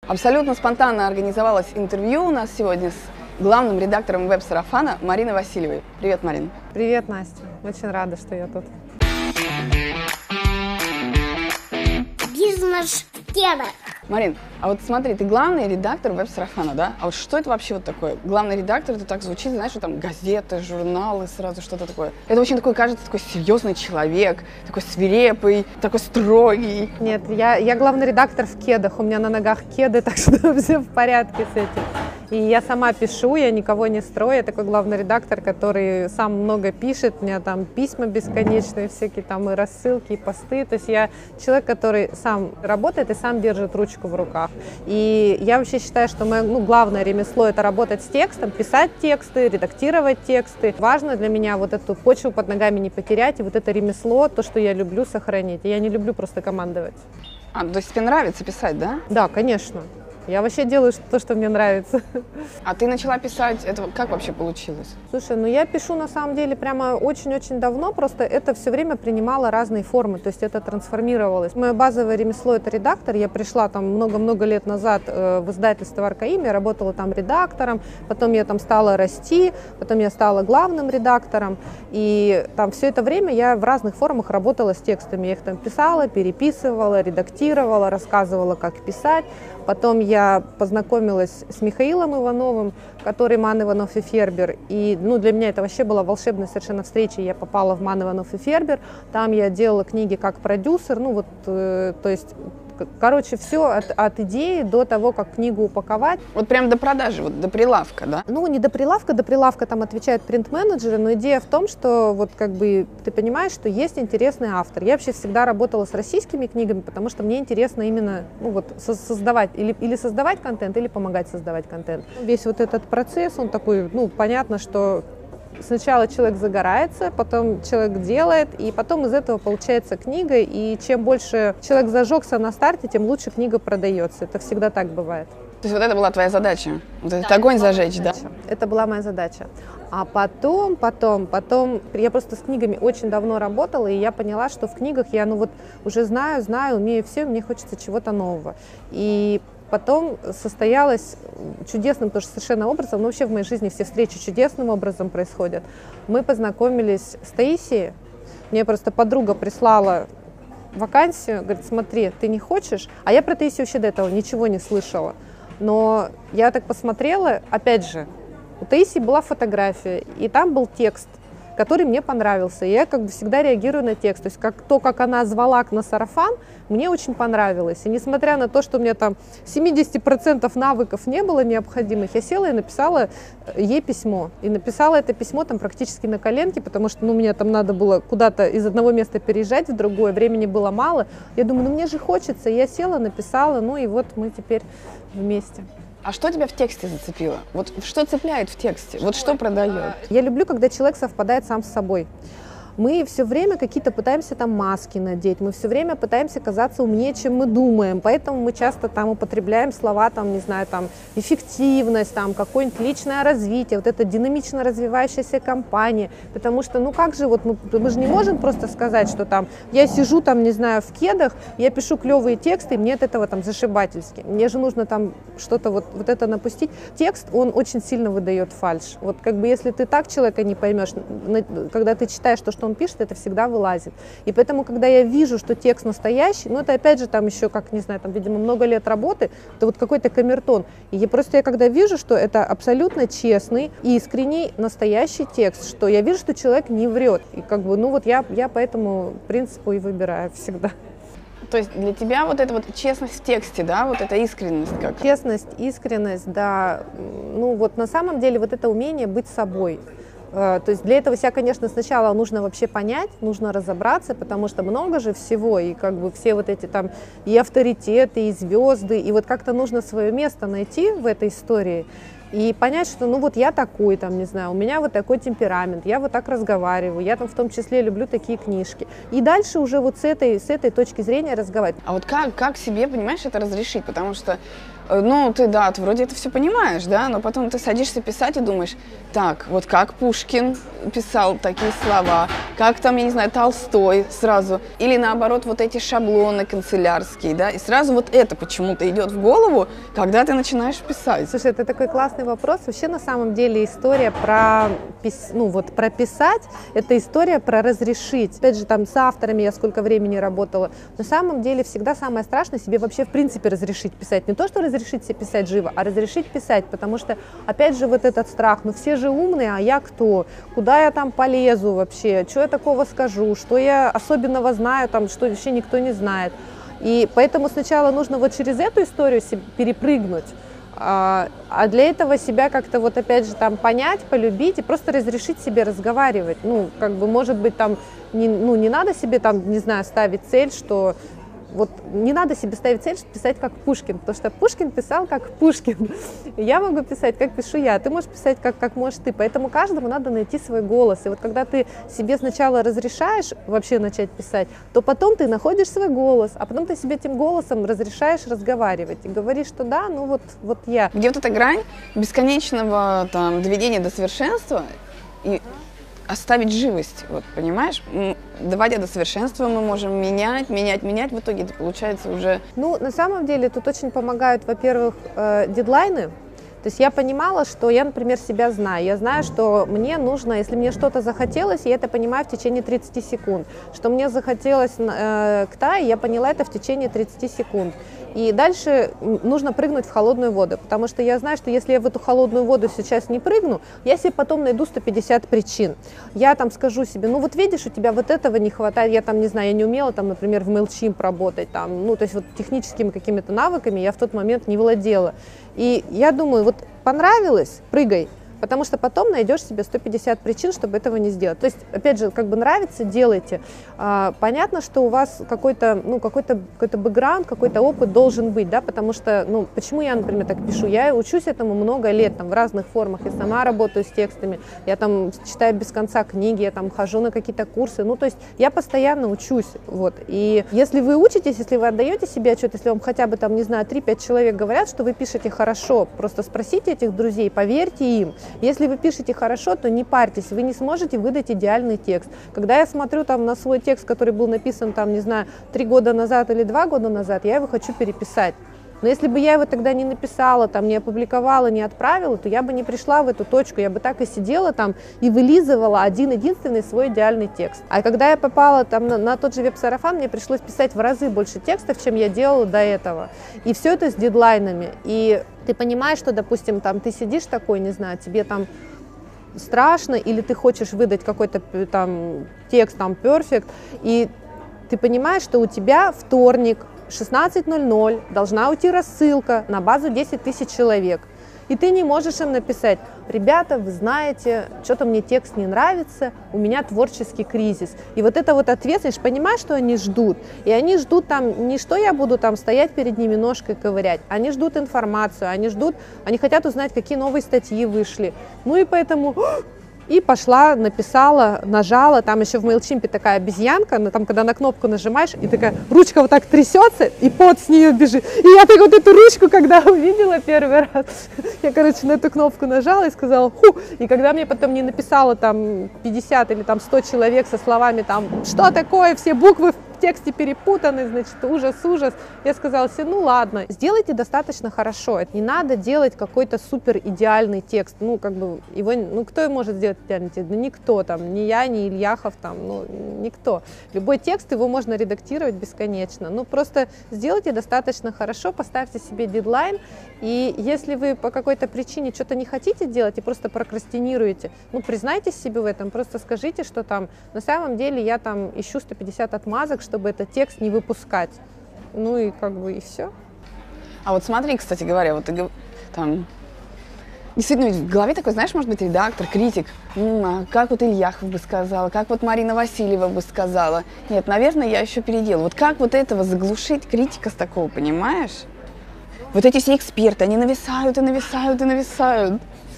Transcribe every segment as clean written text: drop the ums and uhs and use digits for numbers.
Абсолютно спонтанно организовалось интервью у нас сегодня с главным редактором веб-сарафана Мариной Васильевой. Привет, Марин. Привет, Настя. Очень рада, что я тут. Бизнес в кедах. Марин, а вот смотри, ты главный редактор веб-сарафана, да? А вот что это вообще вот такое? Главный редактор, это так звучит, знаешь, что там газеты, журналы, сразу что-то такое. Это очень такой, кажется, такой серьезный человек, такой свирепый, такой строгий. Нет, я главный редактор в кедах, у меня на ногах кеды, так что все в порядке с этим. И я сама пишу, я никого не строю, я такой главный редактор, который сам много пишет, у меня там письма бесконечные, всякие там и рассылки, и посты. То есть я человек, который сам работает и сам держит ручку в руках. И я вообще считаю, что мое главное ремесло — это работать с текстом, писать тексты, редактировать тексты. Важно для меня вот эту почву под ногами не потерять, и вот это ремесло, то, что я люблю, сохранить. И я не люблю просто командовать. То есть тебе нравится писать, да? Да, конечно. Я вообще делаю то, что мне нравится. А ты начала писать, это как вообще получилось? Слушай, я пишу на самом деле прямо очень-очень давно, просто это все время принимало разные формы, то есть это трансформировалось. Мое базовое ремесло — это редактор, я пришла там много-много лет назад в издательство «Аркаим», я работала там редактором, потом я там стала расти, потом я стала главным редактором, и там все это время я в разных формах работала с текстами, я их там писала, переписывала, редактировала, рассказывала, как писать. Потом я познакомилась с Михаилом Ивановым, который «Ман, Иванов и Фербер». И для меня это вообще была волшебная совершенно встреча. Я попала в «Ман, Иванов и Фербер». Там я делала книги как продюсер. То есть, короче, все от идеи до того, как книгу упаковать. Вот прям до продажи, вот до прилавка, да? Не до прилавка там отвечают принт-менеджеры, но идея в том, что вот как бы ты понимаешь, что есть интересный автор. Я вообще всегда работала с российскими книгами, потому что мне интересно именно создавать или создавать контент, или помогать создавать контент. Весь вот этот процесс, он такой, понятно, что сначала человек загорается, потом человек делает, и потом из этого получается книга, и чем больше человек зажегся на старте, тем лучше книга продается. Это всегда так бывает. То есть вот это была твоя задача? Вот этот огонь зажечь, да? Это была моя задача. А потом, я просто с книгами очень давно работала, и я поняла, что в книгах я, уже знаю, умею все, мне хочется чего-то нового. И потом состоялось чудесным тоже совершенно образом, вообще в моей жизни все встречи чудесным образом происходят. Мы познакомились с Таисией, мне просто подруга прислала вакансию, говорит: смотри, ты не хочешь? А я про Таисию вообще до этого ничего не слышала. Но я так посмотрела, опять же, у Таисии была фотография, и там был текст, который мне понравился. И я как бы всегда реагирую на текст. То есть как она звала на сарафан, мне очень понравилось. И несмотря на то, что у меня там 70% навыков не было необходимых, я села и написала ей письмо. И написала это письмо там практически на коленке, потому что мне там надо было куда-то из одного места переезжать в другое, времени было мало. Я думаю, мне же хочется. И я села, написала, и вот мы теперь вместе. А что тебя в тексте зацепило? Вот что цепляет в тексте? Вот что продает? Я люблю, когда человек совпадает сам с собой. Мы все время какие-то пытаемся там маски надеть, мы все время пытаемся казаться умнее, чем мы думаем, поэтому мы часто там употребляем слова, эффективность, какое-нибудь личное развитие, вот эта динамично развивающаяся компания, потому что, как же, мы же не можем просто сказать, что я сижу в кедах, я пишу клевые тексты, и мне от этого зашибательски, мне же нужно что-то вот это напустить. Текст, он очень сильно выдает фальшь, если ты так человека не поймешь, когда ты читаешь то, что он пишет, это всегда вылазит. И поэтому, когда я вижу, что текст настоящий, это опять же еще, видимо, много лет работы, это какой-то камертон. И я когда вижу, что это абсолютно честный, искренний, настоящий текст, что я вижу, что человек не врет. И я по этому принципу и выбираю всегда. То есть для тебя вот эта честность в тексте, да, вот эта искренность как? Честность, искренность, да. На самом деле это умение быть собой. То есть для этого себя, конечно, сначала нужно вообще понять, нужно разобраться, потому что много же всего, и все эти и авторитеты, и звезды, и как-то нужно свое место найти в этой истории и понять, что я такой, у меня такой темперамент, я так разговариваю, я в том числе люблю такие книжки. И дальше уже с этой точки зрения разговаривать. А как себе, понимаешь, это разрешить? Потому что Ну, ты, да, ты вроде это все понимаешь, да, но потом ты садишься писать и думаешь, так, вот как Пушкин писал такие слова, как там, я не знаю, Толстой сразу, или наоборот, вот эти шаблоны канцелярские, да, и сразу вот это почему-то идет в голову, когда ты начинаешь писать. Слушай, это такой классный вопрос. Вообще, на самом деле, история про, ну, вот, про писать, это история про разрешить. Опять же, там с авторами я сколько времени работала. На самом деле, всегда самое страшное себе вообще, в принципе, разрешить писать. Не то, что разрешить себе писать живо, а разрешить писать, потому что, опять же, вот этот страх, ну, все же умные, а я кто? Куда я там полезу вообще? Что я такого скажу? Что я особенного знаю, там, что вообще никто не знает? И поэтому сначала нужно вот через эту историю перепрыгнуть, а для этого себя как-то вот опять же там понять, полюбить и просто разрешить себе разговаривать. Ну, как бы, может быть, там, не надо себе там, не знаю, ставить цель, что вот не надо себе ставить цель, что писать как Пушкин, потому что Пушкин писал как Пушкин. Я могу писать, как пишу я, ты можешь писать, как можешь ты. Поэтому каждому надо найти свой голос. И вот когда ты себе сначала разрешаешь вообще начать писать, то потом ты находишь свой голос, а потом ты себе этим голосом разрешаешь разговаривать и говоришь, что да, ну вот я. Где вот эта грань бесконечного там доведения до совершенства и оставить живость, вот, понимаешь? Доводя до совершенства, мы можем менять, в итоге это получается уже... Ну, на самом деле, тут очень помогают, во-первых, дедлайны. То есть я понимала, что я, например, себя знаю. Я знаю, что мне нужно, если мне что-то захотелось, я это понимаю в течение 30 секунд. Что мне захотелось к Тае, я поняла это в течение 30 секунд. И дальше нужно прыгнуть в холодную воду, потому что я знаю, что если я в эту холодную воду сейчас не прыгну, я себе потом найду 150 причин. Я там скажу себе, ну вот видишь, у тебя вот этого не хватает, я там, не знаю, я не умела там, например, в MailChimp работать, там, ну то есть вот техническими какими-то навыками я в тот момент не владела. И я думаю, вот понравилось, прыгай. Потому что потом найдешь себе 150 причин, чтобы этого не сделать. То есть, опять же, как бы нравится, делайте. Понятно, что у вас какой-то бэкграунд, какой-то опыт должен быть, да, потому что, ну, почему я, например, так пишу? Я учусь этому много лет, там, в разных формах. Я сама работаю с текстами, я там читаю без конца книги, я там хожу на какие-то курсы. Ну, то есть я постоянно учусь, вот. И если вы учитесь, если вы отдаете себе отчет, если вам хотя бы, там, не знаю, 3-5 человек говорят, что вы пишете хорошо, просто спросите этих друзей, поверьте им. Если вы пишете хорошо, то не парьтесь, вы не сможете выдать идеальный текст. Когда я смотрю там на свой текст, который был написан, там, не знаю, 3 года назад или 2 года назад, я его хочу переписать. Но если бы я его тогда не написала, там, не опубликовала, не отправила, то я бы не пришла в эту точку, я бы так и сидела там и вылизывала один-единственный свой идеальный текст. А когда я попала там на тот же веб-сарафан, мне пришлось писать в разы больше текстов, чем я делала до этого. И все это с дедлайнами. И ты понимаешь, что, допустим, там ты сидишь такой, не знаю, тебе там страшно, или ты хочешь выдать какой-то там текст, там, perfect, и ты понимаешь, что у тебя вторник, 16:00 должна уйти рассылка на базу 10 тысяч человек. И ты не можешь им написать: ребята, вы знаете, что-то мне текст не нравится, у меня творческий кризис. И вот это вот ответственность, понимаешь, что они ждут. И они ждут там не что я буду там стоять перед ними ножкой ковырять, они ждут информацию, они хотят узнать, какие новые статьи вышли. Ну и поэтому... И пошла, написала, нажала, там еще в MailChimp такая обезьянка, там, когда на кнопку нажимаешь, и такая ручка вот так трясется, и пот с нее бежит. И я так вот эту ручку, когда увидела первый раз, я, короче, на эту кнопку нажала и сказала «ху». И когда мне потом не написало там 50 или там 100 человек со словами там «что такое, все буквы в тексте перепутаны, значит, ужас, я сказала себе, ну ладно, сделайте достаточно хорошо, не надо делать какой-то супер идеальный текст, ну, как бы, его, ну, кто может сделать идеальный текст? Да никто, там, ни я, ни Ильяхов, там, ну, никто. Любой текст, его можно редактировать бесконечно, ну, просто сделайте достаточно хорошо, поставьте себе дедлайн, и если вы по какой-то причине что-то не хотите делать и просто прокрастинируете, ну, признайтесь себе в этом, просто скажите, что там, на самом деле, я там ищу 150 отмазок, чтобы этот текст не выпускать. Ну и как бы и все. А вот смотри, кстати говоря, вот ты там... Действительно, ведь в голове такой, знаешь, может быть, редактор, критик. А как вот Ильяхов бы сказала, как вот Марина Васильева бы сказала. Нет, наверное, я еще переделаю. Вот как вот этого заглушить, критика с такого, понимаешь? Вот эти все эксперты, они нависают и нависают и нависают.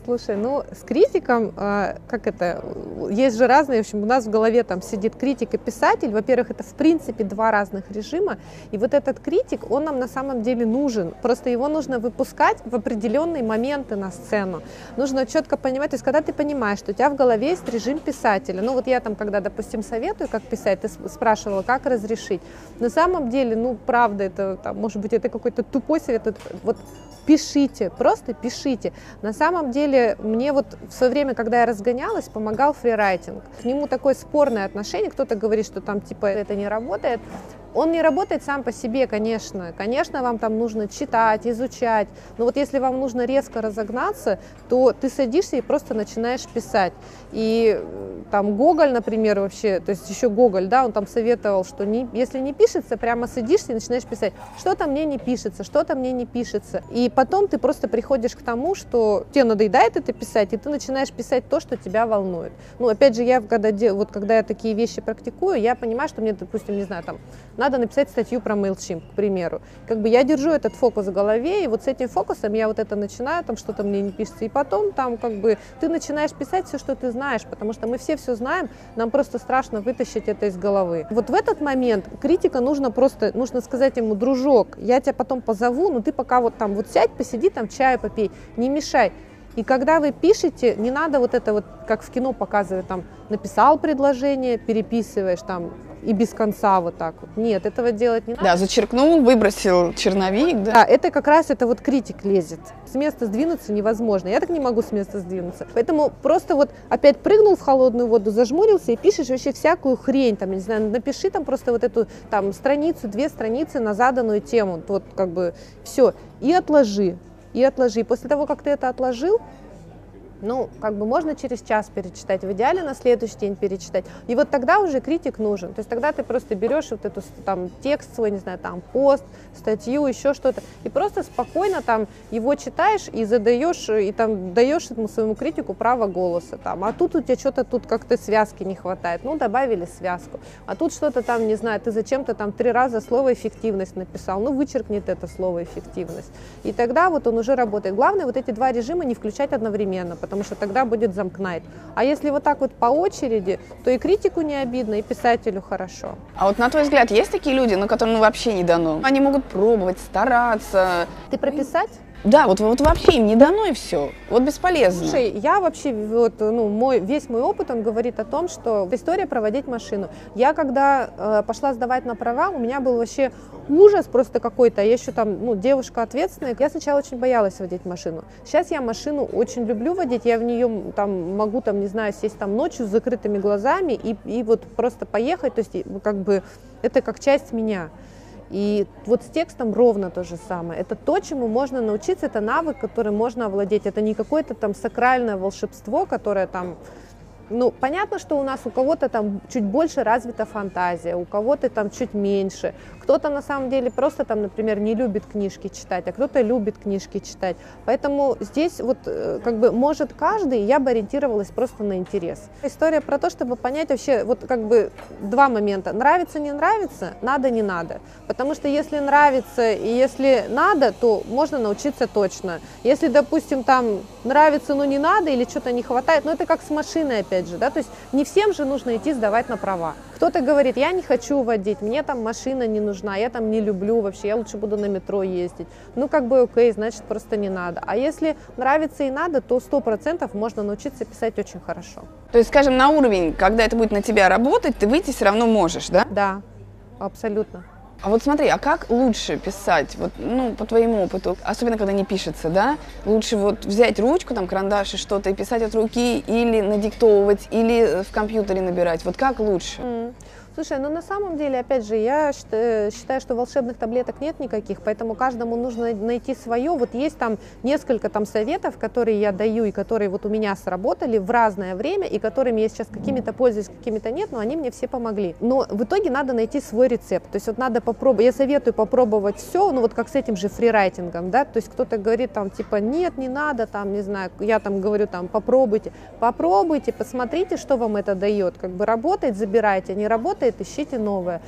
Слушай, ну с критиком, как это, есть же разные, в общем, у нас в голове там сидит критик и писатель. Во-первых, это в принципе два разных режима, и вот этот критик, он нам на самом деле нужен, просто его нужно выпускать в определенные моменты на сцену. Нужно четко понимать, то есть когда ты понимаешь, что у тебя в голове есть режим писателя, ну вот я там, когда, допустим, советую, как писать, ты спрашивала, как разрешить. На самом деле, ну правда, это, там, может быть, это какой-то тупой совет, вот пишите, просто пишите. На самом деле, мне вот в свое время, когда я разгонялась, помогал фрирайтинг. К нему такое спорное отношение, кто-то говорит, что там типа это не работает. Он не работает сам по себе, конечно. Конечно, вам там нужно читать, изучать. Но вот если вам нужно резко разогнаться, то ты садишься и просто начинаешь писать. И там Гоголь, например, вообще, то есть еще Гоголь, да, он там советовал, что если не пишется, прямо садишься и начинаешь писать. Что-то мне не пишется, что-то мне не пишется. И потом ты просто приходишь к тому, что тебе надоедает это писать, и ты начинаешь писать то, что тебя волнует. Ну, опять же, я когда я такие вещи практикую, я понимаю, что мне, допустим, не знаю, там, надо написать статью про MailChimp, к примеру. Как бы я держу этот фокус в голове, и вот с этим фокусом я вот это начинаю, там что-то мне не пишется, и потом там как бы ты начинаешь писать все, что ты знаешь, потому что мы все знаем, нам просто страшно вытащить это из головы. Вот в этот момент критика нужно сказать ему: дружок, я тебя потом позову, но ты пока вот там вот сядь, посиди, там чаю попей, не мешай. И когда вы пишете, не надо вот это вот, как в кино показывают, там, написал предложение, переписываешь там и без конца вот так вот. Нет, этого делать не надо. Да, зачеркнул, выбросил черновик, да? Да, это как раз это вот критик лезет. С места сдвинуться невозможно. Я так не могу с места сдвинуться. Поэтому просто вот опять прыгнул в холодную воду, зажмурился и пишешь вообще всякую хрень. Там, я не знаю, напиши там просто вот эту там страницу, 2 страницы на заданную тему. Вот как бы все. И отложи. И отложи. После того, как ты это отложил, ну, как бы можно через час перечитать, в идеале на следующий день перечитать. И вот тогда уже критик нужен. То есть тогда ты просто берешь вот эту там текст свой, не знаю, там пост, статью, еще что-то, и просто спокойно там его читаешь и задаешь, и там даешь этому своему критику право голоса. Там. А тут у тебя что-то тут как-то связки не хватает. Ну, добавили связку. А тут что-то там, не знаю, ты зачем-то там 3 раза слово эффективность написал. Ну, вычеркнет это слово эффективность. И тогда вот он уже работает. Главное вот эти 2 режима не включать одновременно, потому что тогда будет замкнать. А если вот так вот по очереди, то и критику не обидно, и писателю хорошо. А вот на твой взгляд, есть такие люди, ну, которым вообще не дано? Они могут пробовать, стараться. Ты прописать? Да, вот вообще им не дано и все. Вот бесполезно. Слушай, я вообще, вот, ну, весь мой опыт, он говорит о том, что история проводить машину. Я когда пошла сдавать на права, у меня был вообще ужас просто какой-то. Я еще там, ну, девушка ответственная. Я сначала очень боялась водить машину. Сейчас я машину очень люблю водить. Я в нее там могу, там, не знаю, сесть там ночью с закрытыми глазами и вот просто поехать. То есть, как бы, это как часть меня. И вот с текстом ровно то же самое. Это то, чему можно научиться, это навык, который можно овладеть. Это не какое-то там сакральное волшебство, которое там... Ну, понятно, что у нас у кого-то там чуть больше развита фантазия, у кого-то там чуть меньше. Кто-то на самом деле просто там, например, не любит книжки читать, а кто-то любит книжки читать. Поэтому здесь вот как бы может каждый, я бы ориентировалась просто на интерес. История про то, чтобы понять вообще вот как бы 2 момента. Нравится, не нравится, надо, не надо. Потому что если нравится и если надо, то можно научиться точно. Если, допустим, там нравится, но не надо или что-то не хватает, ну это как с машиной опять же, да, то есть не всем же нужно идти сдавать на права. Кто-то говорит: я не хочу водить, мне там машина не нужна, я там не люблю вообще, я лучше буду на метро ездить. Ну как бы окей, значит просто не надо. А если нравится и надо, то 100% можно научиться писать очень хорошо. То есть, скажем, на уровень, когда это будет на тебя работать, ты выйти все равно можешь, да? Да, абсолютно. А вот смотри, а как лучше писать, вот, ну, по твоему опыту, особенно когда не пишется, да? Лучше вот взять ручку, там, карандаш и что-то, и писать от руки, или надиктовывать, или в компьютере набирать, вот как лучше? Слушай, ну на самом деле, опять же, я считаю, что волшебных таблеток нет никаких, поэтому каждому нужно найти свое. Вот есть там несколько там советов, которые я даю и которые вот у меня сработали в разное время, и которыми я сейчас какими-то пользуюсь, какими-то нет, но они мне все помогли. Но в итоге надо найти свой рецепт. То есть вот надо попробовать, я советую попробовать все, ну вот как с этим же фрирайтингом, да, то есть кто-то говорит там типа нет, не надо, там, не знаю, я там говорю там попробуйте, посмотрите, что вам это дает, как бы работает, забирайте, не работает, ищите новое.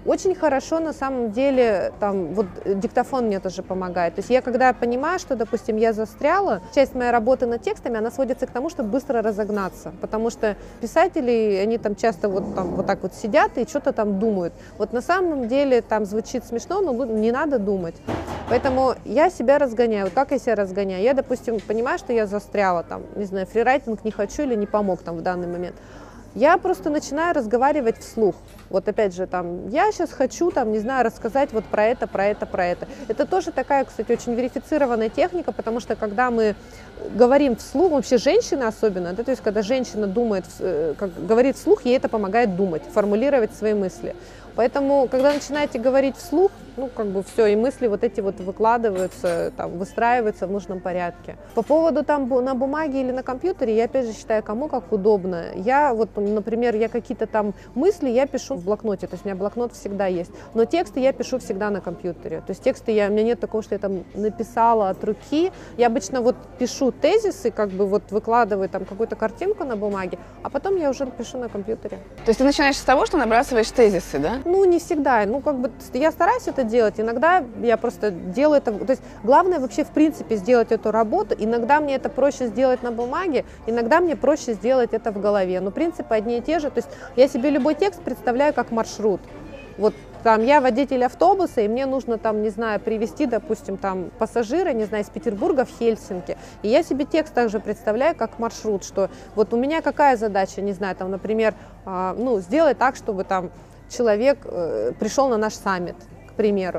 Очень хорошо на самом деле, там, вот диктофон мне тоже помогает. То есть я когда понимаю, что, допустим, я застряла, часть моей работы над текстами, она сводится к тому, чтобы быстро разогнаться. Потому что писатели, они там часто вот так вот сидят и что-то там думают. Вот на самом деле там звучит смешно, но не надо думать. Поэтому я себя разгоняю. Как я себя разгоняю? Я, допустим, понимаю, что я застряла, там, не знаю, фрирайтинг не хочу или не помог там в данный момент. Я просто начинаю разговаривать вслух. Вот опять же, там, я сейчас хочу, там, не знаю, рассказать вот про это, про это, про это. Это тоже такая, кстати, очень верифицированная техника, потому что когда мы говорим вслух, вообще женщины особенно, да, то есть когда женщина думает, говорит вслух, ей это помогает думать, формулировать свои мысли. Поэтому, когда начинаете говорить вслух, ну, как бы все, и мысли вот эти вот выкладываются, там, выстраиваются в нужном порядке. По поводу там на бумаге или на компьютере, я опять же считаю, кому как удобно. Я вот, например, я какие-то там мысли я пишу в блокноте, то есть у меня блокнот всегда есть, но тексты я пишу всегда на компьютере. То есть тексты у меня нет такого, что я там написала от руки. Я обычно вот пишу тезисы, как бы вот выкладываю там какую-то картинку на бумаге, а потом я уже пишу на компьютере. То есть ты начинаешь с того, что набрасываешь тезисы, да? Ну, не всегда. Ну, как бы я стараюсь это делать. Иногда я просто делаю это. То есть главное вообще, в принципе, сделать эту работу. Иногда мне это проще сделать на бумаге, иногда мне проще сделать это в голове. Но принципы одни и те же. То есть я себе любой текст представляю как маршрут. Вот там я водитель автобуса, и мне нужно там, не знаю, привезти, допустим, там пассажира, не знаю, из Петербурга в Хельсинки. И я себе текст также представляю как маршрут, что вот у меня какая задача, не знаю, там, например, ну, сделать так, чтобы там человек пришел на наш саммит, к примеру,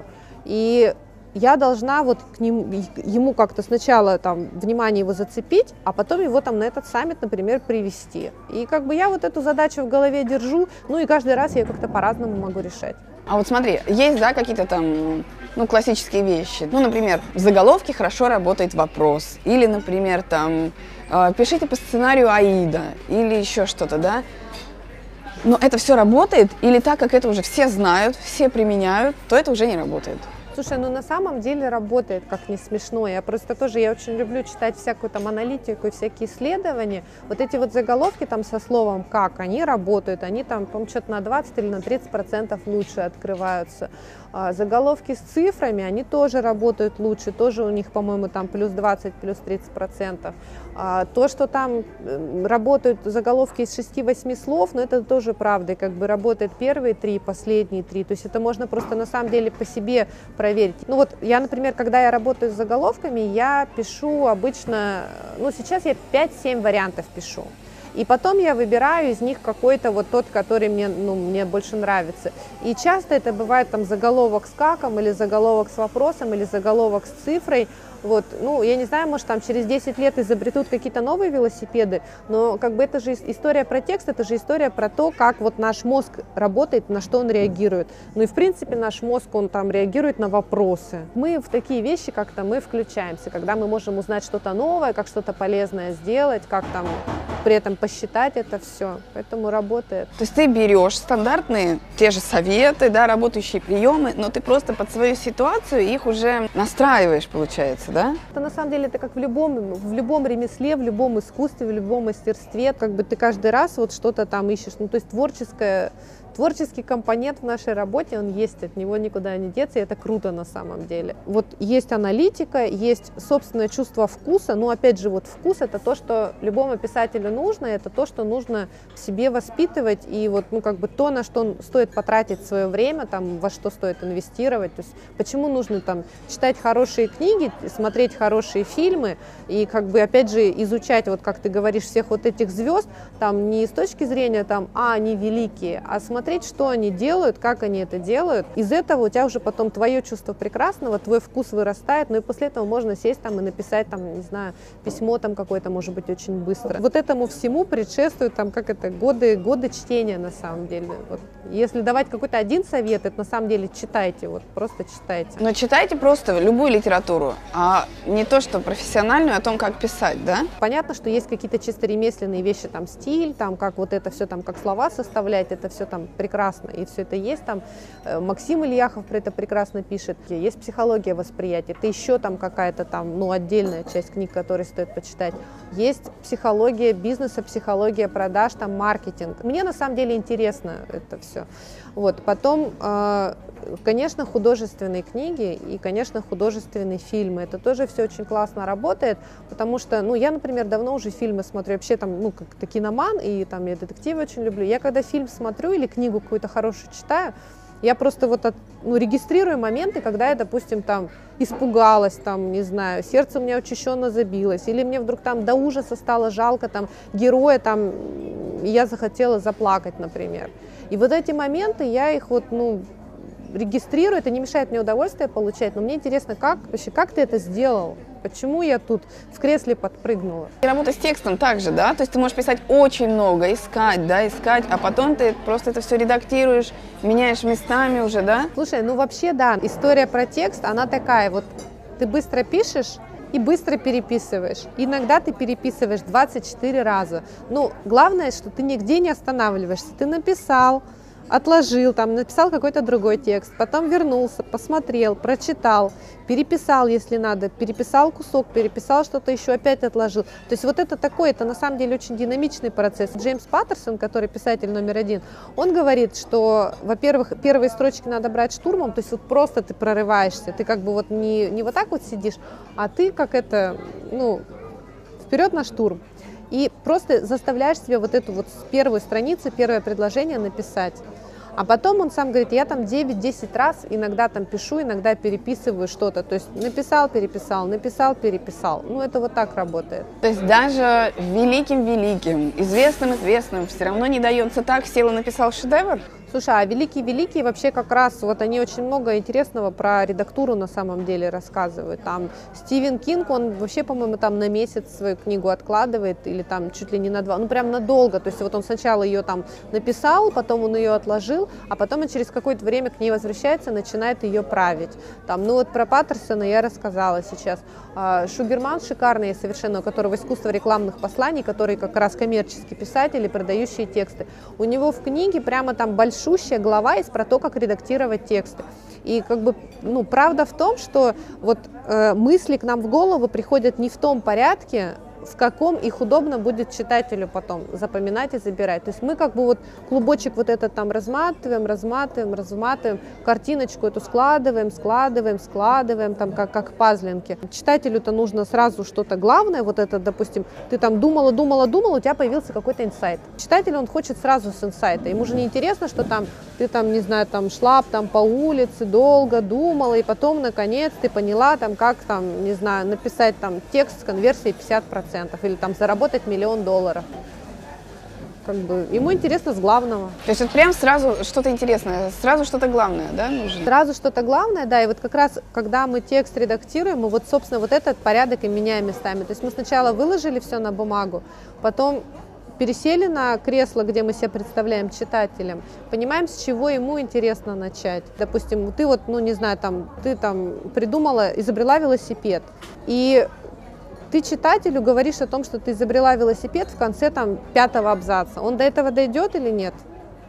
и я должна вот ему как-то сначала там внимание его зацепить, а потом его там на этот саммит, например, привести. И как бы я вот эту задачу в голове держу, ну и каждый раз я ее как-то по-разному могу решать. А вот смотри, есть, да, какие-то там, ну, классические вещи. Ну, например, в заголовке хорошо работает вопрос. Или, например, там, пишите по сценарию Аида. Или еще что-то, да. Но это все работает, или так как это уже все знают, все применяют, то это уже не работает? Слушай, ну на самом деле работает, как не смешно. Я очень люблю читать всякую там аналитику и всякие исследования. Вот эти вот заголовки там со словом «как», они работают, они там, по-моему, что-то на 20 или на 30% лучше открываются. Заголовки с цифрами, они тоже работают лучше, тоже у них, по-моему, там плюс 20, плюс 30%. То, что там работают заголовки из 6-8 слов, но это тоже правда, и как бы работает первые 3, последние 3, то есть это можно просто на самом деле по себе проверить. Ну вот я, например, когда я работаю с заголовками, я пишу обычно, ну сейчас я 5-7 вариантов пишу. И потом я выбираю из них какой-то вот тот, который мне больше нравится. И часто это бывает там заголовок с каком, или заголовок с вопросом, или заголовок с цифрой. Вот, ну, я не знаю, может, там через 10 лет изобретут какие-то новые велосипеды, но как бы это же история про текст, это же история про то, как вот наш мозг работает, на что он реагирует. Ну и в принципе наш мозг, он там реагирует на вопросы. Мы в такие вещи как-то мы включаемся, когда мы можем узнать что-то новое, как что-то полезное сделать, как там при этом посчитать это все. Поэтому работает. То есть ты берешь стандартные те же советы, да, работающие приемы, но ты просто под свою ситуацию их уже настраиваешь, получается, да? Это на самом деле это как в любом ремесле, в любом искусстве, в любом мастерстве. Как бы ты каждый раз вот что-то там ищешь. Ну, то есть творческий компонент в нашей работе, он есть, от него никуда не деться, и это круто на самом деле. Вот есть аналитика, есть собственное чувство вкуса, но опять же вот вкус — это то, что любому писателю нужно, это то, что нужно в себе воспитывать, и вот, ну, как бы то, на что стоит потратить свое время, там, во что стоит инвестировать, то есть почему нужно там читать хорошие книги, смотреть хорошие фильмы, и как бы опять же изучать, вот как ты говоришь, всех вот этих звезд, там не с точки зрения там, они великие, а смотреть, что они делают, как они это делают. Из этого у тебя уже потом твое чувство прекрасного, твой вкус вырастает, ну и после этого можно сесть там и написать там, не знаю, письмо там какое-то, может быть, очень быстро. Вот этому всему предшествуют там, как это, годы чтения на самом деле. Вот. Если давать какой-то один совет, это на самом деле читайте, вот просто читайте. Но читайте просто любую литературу, а не то, что профессиональную, о том, как писать, да? Понятно, что есть какие-то чисто ремесленные вещи, там стиль, там как вот это все, там как слова составлять, это все там прекрасно, и все это есть там. Максим Ильяхов про это прекрасно пишет. Есть психология восприятия, это еще там какая-то там, ну, отдельная часть книг, которые стоит почитать. Есть психология бизнеса, психология продаж, там маркетинг. Мне на самом деле интересно это все. Вот. Потом, конечно, художественные книги и, конечно, художественные фильмы. Это тоже все очень классно работает, потому что, ну, я, например, давно уже фильмы смотрю, вообще там, ну, как-то киноман, и там я детективы очень люблю. Я когда фильм смотрю или книгу какую-то хорошую читаю, я просто вот регистрирую моменты, когда я, допустим, там испугалась, там, не знаю, сердце у меня учащенно забилось, или мне вдруг там до ужаса стало жалко там героя, там, и я захотела заплакать, например. И вот эти моменты, я их вот, ну, регистрирую, это не мешает мне удовольствие получать, но мне интересно, вообще, как ты это сделал? Почему я тут в кресле подпрыгнула? И работа с текстом также, да? То есть ты можешь писать очень много, искать, да, искать, а потом ты просто это все редактируешь, меняешь местами уже, да? Слушай, ну вообще, да, история про текст, она такая, вот ты быстро пишешь и быстро переписываешь. Иногда ты переписываешь 24 раза. Ну, главное, что ты нигде не останавливаешься. Ты написал, отложил, там, написал какой-то другой текст, потом вернулся, посмотрел, прочитал, переписал, если надо, переписал кусок, переписал что-то еще, опять отложил. То есть вот это такой, это на самом деле очень динамичный процесс. Джеймс Паттерсон, который писатель номер 1, он говорит, что, во-первых, первые строчки надо брать штурмом, то есть вот просто ты прорываешься, ты как бы вот не вот так вот сидишь, а ты как это, ну, вперед на штурм. И просто заставляешь себя вот эту вот первую страницу, первое предложение написать. А потом он сам говорит, я там 9-10 раз иногда там пишу, иногда переписываю что-то. То есть написал, переписал, написал, переписал. Ну, это вот так работает. То есть даже великим-великим, известным-известным все равно не дается так, сел и написал шедевр? Слушай, а великие-великие вообще как раз, вот они очень много интересного про редактуру на самом деле рассказывают. Там Стивен Кинг, он вообще, по-моему, там на месяц свою книгу откладывает, или там чуть ли не на 2, ну прям надолго. То есть вот он сначала ее там написал, потом он ее отложил, а потом он через какое-то время к ней возвращается, начинает ее править. Там, ну вот про Паттерсона я рассказала сейчас. Шугерман шикарный совершенно, у которого искусство рекламных посланий, который как раз коммерческий писатель и продающие тексты. У него в книге прямо там большущая глава есть про то, как редактировать тексты. И как бы, ну, правда в том, что вот мысли к нам в голову приходят не в том порядке, в каком их удобно будет читателю потом запоминать и забирать. То есть мы как бы вот клубочек вот этот там разматываем, картиночку эту складываем, там как пазлинки. Читателю-то нужно сразу что-то главное, вот это, допустим, ты там думала, у тебя появился какой-то инсайт. Читатель, он хочет сразу с инсайта. Ему же не интересно, что там ты там, не знаю, там шла там по улице, долго думала, и потом, наконец, ты поняла, там, как там, не знаю, написать там текст с конверсией 50%. Или там заработать $1 миллион. Как бы ему интересно с главного. То есть вот прям сразу что-то интересное, сразу что-то главное, да, нужно? Сразу что-то главное, да, и вот как раз, когда мы текст редактируем, мы вот, собственно, вот этот порядок и меняем местами. То есть мы сначала выложили все на бумагу, потом пересели на кресло, где мы себя представляем читателем, понимаем, с чего ему интересно начать. Допустим, ты вот, ну, не знаю, там, ты там придумала, изобрела велосипед, и ты читателю говоришь о том, что ты изобрела велосипед в конце там 5-го абзаца. Он до этого дойдет или нет?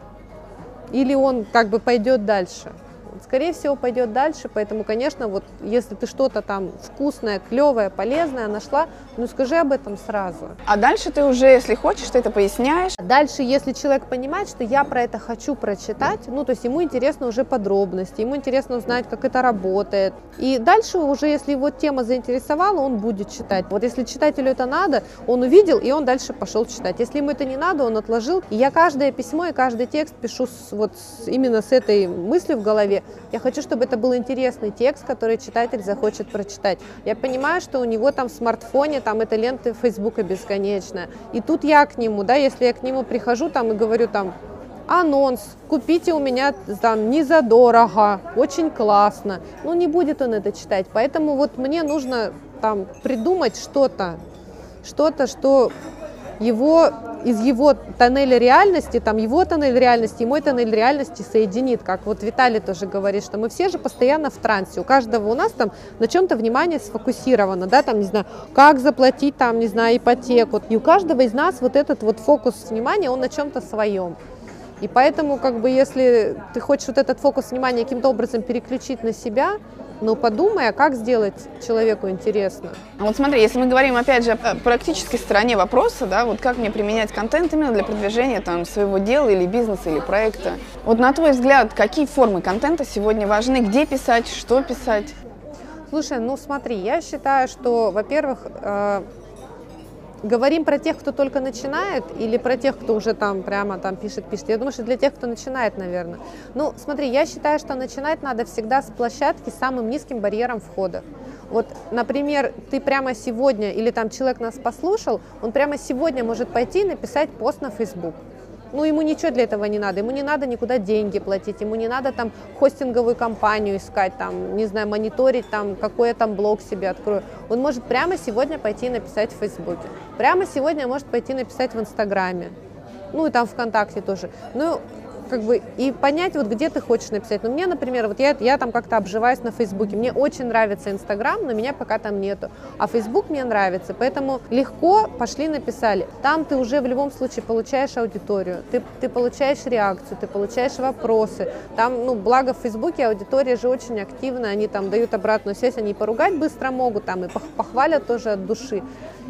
Или он как бы пойдет дальше? Скорее всего, пойдет дальше, поэтому, конечно, вот если ты что-то там вкусное, клевое, полезное нашла, ну скажи об этом сразу. А дальше ты уже, если хочешь, ты это поясняешь. Дальше, если человек понимает, что я про это хочу прочитать, ну то есть ему интересно уже подробности, ему интересно узнать, как это работает. И дальше уже, если его тема заинтересовала, он будет читать. Вот если читателю это надо, он увидел, и он дальше пошел читать. Если ему это не надо, он отложил. И я каждое письмо и каждый текст пишу именно с этой мыслью в голове. Я хочу, чтобы это был интересный текст, который читатель захочет прочитать. Я понимаю, что у него там в смартфоне там эта лента Фейсбука бесконечная. И тут я к нему, да, если я к нему прихожу там и говорю там: анонс, купите у меня там не задорого, очень классно. Ну, не будет он это читать. Поэтому вот мне нужно там придумать что-то, что из его тоннеля реальности, там его тоннель реальности и мой тоннель реальности соединит. Как вот Виталий тоже говорит, что мы все же постоянно в трансе. У каждого у нас там на чем-то внимание сфокусировано, да, там, не знаю, как заплатить там, не знаю, ипотеку. И у каждого из нас вот этот вот фокус внимания, он на чем-то своем. И поэтому, как бы, если ты хочешь вот этот фокус внимания каким-то образом переключить на себя, ну, подумай, а как сделать человеку интересно. А вот смотри, если мы говорим, опять же, о практической стороне вопроса, да, вот как мне применять контент именно для продвижения там своего дела или бизнеса, или проекта. Вот на твой взгляд, какие формы контента сегодня важны, где писать, что писать? Слушай, ну смотри, я считаю, что, во-первых, говорим про тех, кто только начинает, или про тех, кто уже там прямо там пишет. Я думаю, что для тех, кто начинает, наверное. Ну, смотри, я считаю, что начинать надо всегда с площадки с самым низким барьером входа. Вот, например, ты прямо сегодня, или там человек нас послушал, он прямо сегодня может пойти и написать пост на Facebook. Ну, ему ничего для этого не надо, ему не надо никуда деньги платить, ему не надо там хостинговую компанию искать, там, не знаю, мониторить, там, какой я там блог себе открою. Он может прямо сегодня пойти написать в Фейсбуке, прямо сегодня может пойти написать в Инстаграме, ну, и там ВКонтакте тоже. Ну, как бы, и понять, вот где ты хочешь написать. Ну, мне, например, вот я там как-то обживаюсь на Фейсбуке, мне очень нравится Инстаграм, но меня пока там нету, а Фейсбук мне нравится, поэтому легко пошли написали. Там ты уже в любом случае получаешь аудиторию, ты получаешь реакцию, ты получаешь вопросы. Там, ну, благо в Фейсбуке аудитория же очень активна, они там дают обратную связь, они и поругать быстро могут, там, и похвалят тоже от души.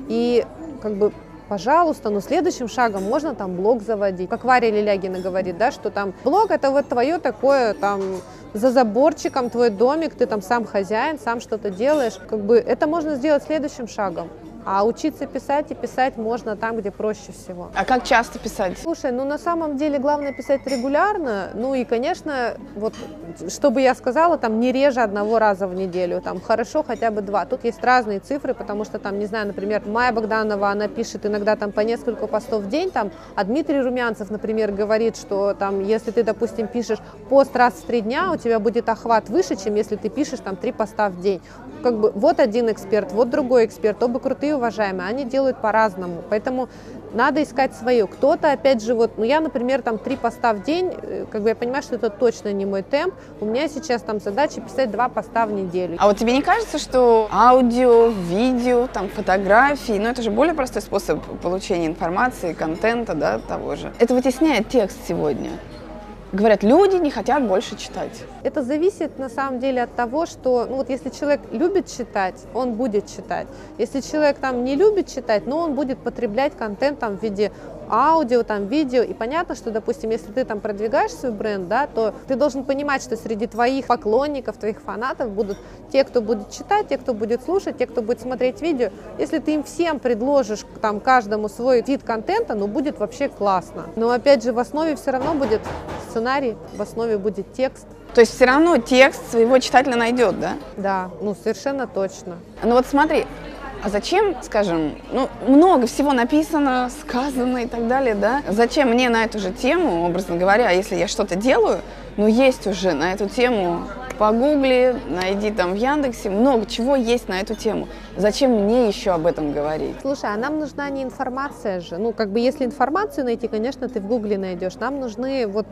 И как бы пожалуйста, но следующим шагом можно там блог заводить. Как Варя Лилягина говорит, да, что там блог это вот твое такое там за заборчиком твой домик, ты там сам хозяин, сам что-то делаешь. Как бы это можно сделать следующим шагом. А учиться писать и писать можно там, где проще всего. А как часто писать? Слушай, ну на самом деле главное писать регулярно. Ну и, конечно, вот, что бы я сказала, там не реже одного раза в неделю. Там хорошо хотя бы 2. Тут есть разные цифры, потому что там, не знаю, например, Майя Богданова, она пишет иногда там по несколько постов в день. Там, а Дмитрий Румянцев, например, говорит, что там, если ты, допустим, пишешь пост раз в 3 дня, у тебя будет охват выше, чем если ты пишешь там 3 поста в день. Как бы вот один эксперт, вот другой эксперт, оба крутые, уважаемые, они делают по-разному, поэтому надо искать свое. Кто-то, опять же, вот, ну я, например, там 3 поста в день, как бы я понимаю, что это точно не мой темп, у меня сейчас там задача писать 2 поста в неделю. А вот тебе не кажется, что аудио, видео, там, фотографии, ну это же более простой способ получения информации, контента, да, того же. Это вытесняет текст сегодня. Говорят, люди не хотят больше читать. Это зависит на самом деле от того, что, ну вот если человек любит читать, он будет читать. Если человек там не любит читать, но он будет потреблять контент там в виде аудио, там видео. И понятно, что, допустим, если ты там продвигаешь свой бренд, да, то ты должен понимать, что среди твоих поклонников, твоих фанатов будут те, кто будет читать, те, кто будет слушать, те, кто будет смотреть видео. Если ты им всем предложишь там каждому свой вид контента, ну будет вообще классно. Но опять же в основе все равно будет сценарий, в основе будет текст. То есть все равно текст своего читателя найдет, да? Да, ну совершенно точно. Ну вот смотри, а зачем, скажем, ну много всего написано, сказано и так далее, да? Зачем мне на эту же тему, образно говоря, если я что-то делаю, ну есть уже на эту тему, погугли, найди там в Яндексе, много чего есть на эту тему. Зачем мне еще об этом говорить? Слушай, а нам нужна не информация же. Ну, как бы если информацию найти, конечно, ты в Гугле найдешь. Нам нужны вот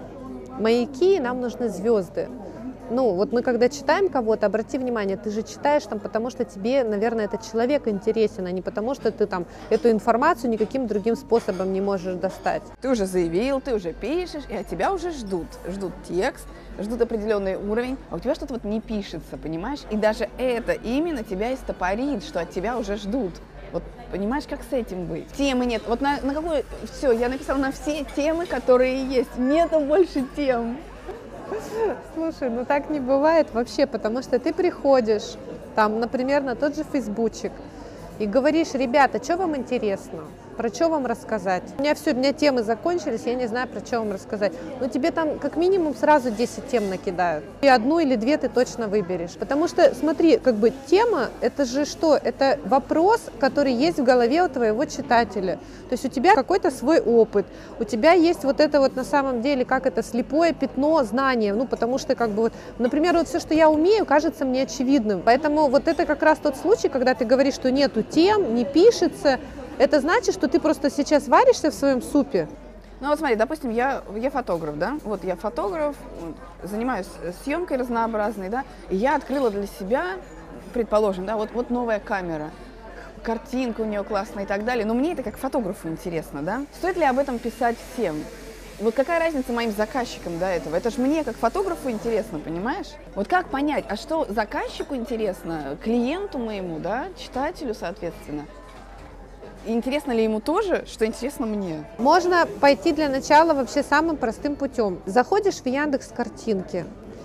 маяки, нам нужны звезды. Ну, вот мы когда читаем кого-то, обрати внимание, ты же читаешь там, потому что тебе, наверное, этот человек интересен, а не потому что ты там эту информацию никаким другим способом не можешь достать. Ты уже заявил, ты уже пишешь, и от тебя уже ждут. Ждут текст, ждут определенный уровень, а у тебя что-то вот не пишется, понимаешь? И даже это именно тебя и стопорит, что от тебя уже ждут. Вот понимаешь, как с этим быть? Темы нет. Вот на какую... Все, я написала на все темы, которые есть. Нету больше тем. Слушай, ну так не бывает вообще, потому что ты приходишь, там, например, на тот же фейсбучик и говоришь, ребята, что вам интересно? Про что вам рассказать? У меня темы закончились, я не знаю, про что вам рассказать. Но тебе там как минимум сразу 10 тем накидают. И 1 или 2 ты точно выберешь. Потому что, смотри, как бы тема, это же что? Это вопрос, который есть в голове у твоего читателя. То есть у тебя какой-то свой опыт, у тебя есть вот это вот на самом деле, как это, слепое пятно знания. Ну, потому что, как бы вот, например, вот все, что я умею, кажется мне очевидным. Поэтому вот это как раз тот случай, когда ты говоришь, что нету тем, не пишется. Это значит, что ты просто сейчас варишься в своем супе? Ну вот смотри, допустим, я фотограф, да? Вот я фотограф, вот, занимаюсь съемкой разнообразной, да? И я открыла для себя, предположим, да, вот новая камера, картинка у нее классная и так далее. Но мне это как фотографу интересно, да? Стоит ли об этом писать всем? Вот какая разница моим заказчикам до этого? Это же мне, как фотографу, интересно, понимаешь? Вот как понять, а что заказчику интересно, клиенту моему, да, читателю, соответственно? И интересно ли ему тоже, что интересно мне? Можно пойти для начала вообще самым простым путем. Заходишь в Яндекс.Картинки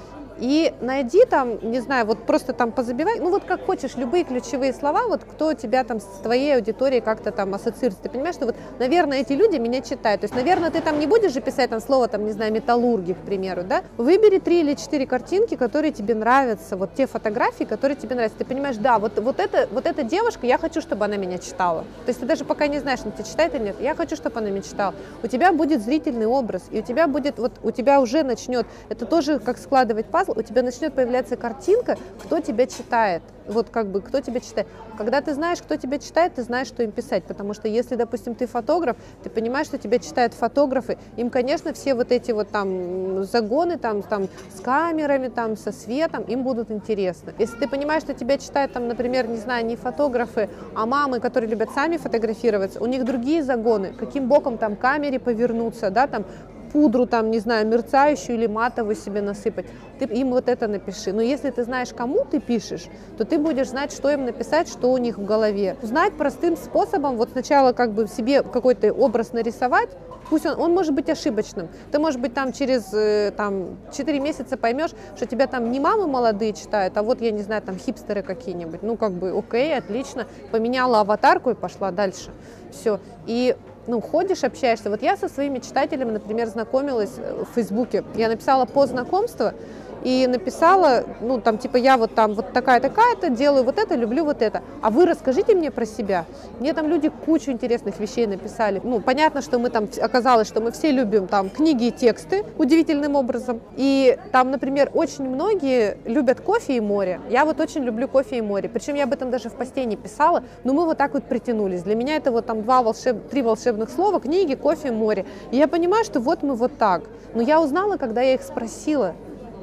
и найди там, не знаю, вот просто там позабивай, ну вот как хочешь, любые ключевые слова, вот кто у тебя там с твоей аудиторией как-то там ассоциируется. Ты понимаешь, что вот, наверное, эти люди меня читают. То есть, наверное, ты там не будешь же писать там слово, там, не знаю, металлурги, к примеру, да? Выбери 3 или 4 картинки, которые тебе нравятся, вот те фотографии, которые тебе нравятся. Ты понимаешь, да, вот эта девушка, я хочу, чтобы она меня читала. То есть ты даже пока не знаешь, она тебя читает или нет, я хочу, чтобы она меня читала. У тебя будет зрительный образ, и у тебя будет, вот у тебя уже начнет, это тоже как складывать пазл, у тебя начнет появляться картинка, кто тебя читает. Вот как бы, кто тебя читает. Когда ты знаешь, кто тебя читает, ты знаешь, что им писать. Потому что если, допустим, ты фотограф, ты понимаешь, что тебя читают фотографы, им, конечно, все вот эти вот там загоны там с камерами, там, со светом, им будут интересны. Если ты понимаешь, что тебя читают, там, например, не знаю, не фотографы, а мамы, которые любят сами фотографироваться, у них другие загоны, каким боком там камере повернуться, да, там, пудру, там, не знаю, мерцающую или матовую себе насыпать. Ты им вот это напиши. Но если ты знаешь, кому ты пишешь, то ты будешь знать, что им написать, что у них в голове. Узнать простым способом, вот сначала как бы себе какой-то образ нарисовать, пусть он может быть ошибочным. Ты, может быть, там через там, 4 месяца поймешь, что тебя там не мамы молодые читают, а вот, я не знаю, там хипстеры какие-нибудь. Ну, как бы, окей, отлично. Поменяла аватарку и пошла дальше. Все. И ну, ходишь, общаешься. Вот я со своими читателями, например, знакомилась в Фейсбуке. Я написала пост знакомства и написала, ну, там, типа, я вот там вот такая-такая-то, делаю вот это, люблю вот это. А вы расскажите мне про себя. Мне там люди кучу интересных вещей написали. Ну, понятно, что мы там, оказалось, что мы все любим там книги и тексты удивительным образом. И там, например, очень многие любят кофе и море. Я вот очень люблю кофе и море. Причем я об этом даже в посте не писала, но мы вот так вот притянулись. Для меня это вот там 3 волшебных слова: книги, кофе, море. И я понимаю, что вот мы вот так. Но я узнала, когда я их спросила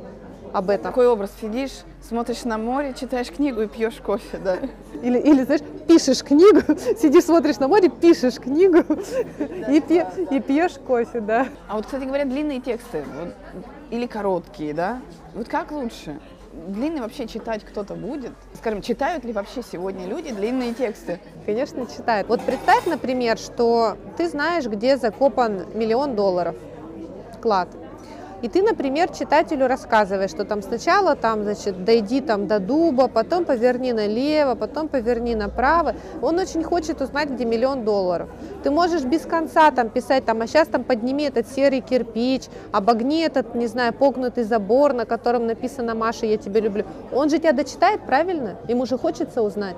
об этом. Такой образ: сидишь, смотришь на море, читаешь книгу и пьешь кофе, да? Или знаешь, пишешь книгу, сидишь, смотришь на море, пишешь книгу и пьешь кофе, да. А вот, кстати говоря, длинные тексты вот, или короткие, да? Вот как лучше? Длинный вообще читать кто-то будет? Скажем, читают ли вообще сегодня люди длинные тексты? Конечно, читают. Вот представь, например, что ты знаешь, где закопан $1 миллион клад. И ты, например, читателю рассказываешь, что там сначала там, значит, дойди там до дуба, потом поверни налево, потом поверни направо. Он очень хочет узнать, где $1 миллион. Ты можешь без конца там писать, там, а сейчас там подними этот серый кирпич, обогни этот, не знаю, погнутый забор, на котором написано: «Маша, я тебя люблю». Он же тебя дочитает, правильно? Ему же хочется узнать.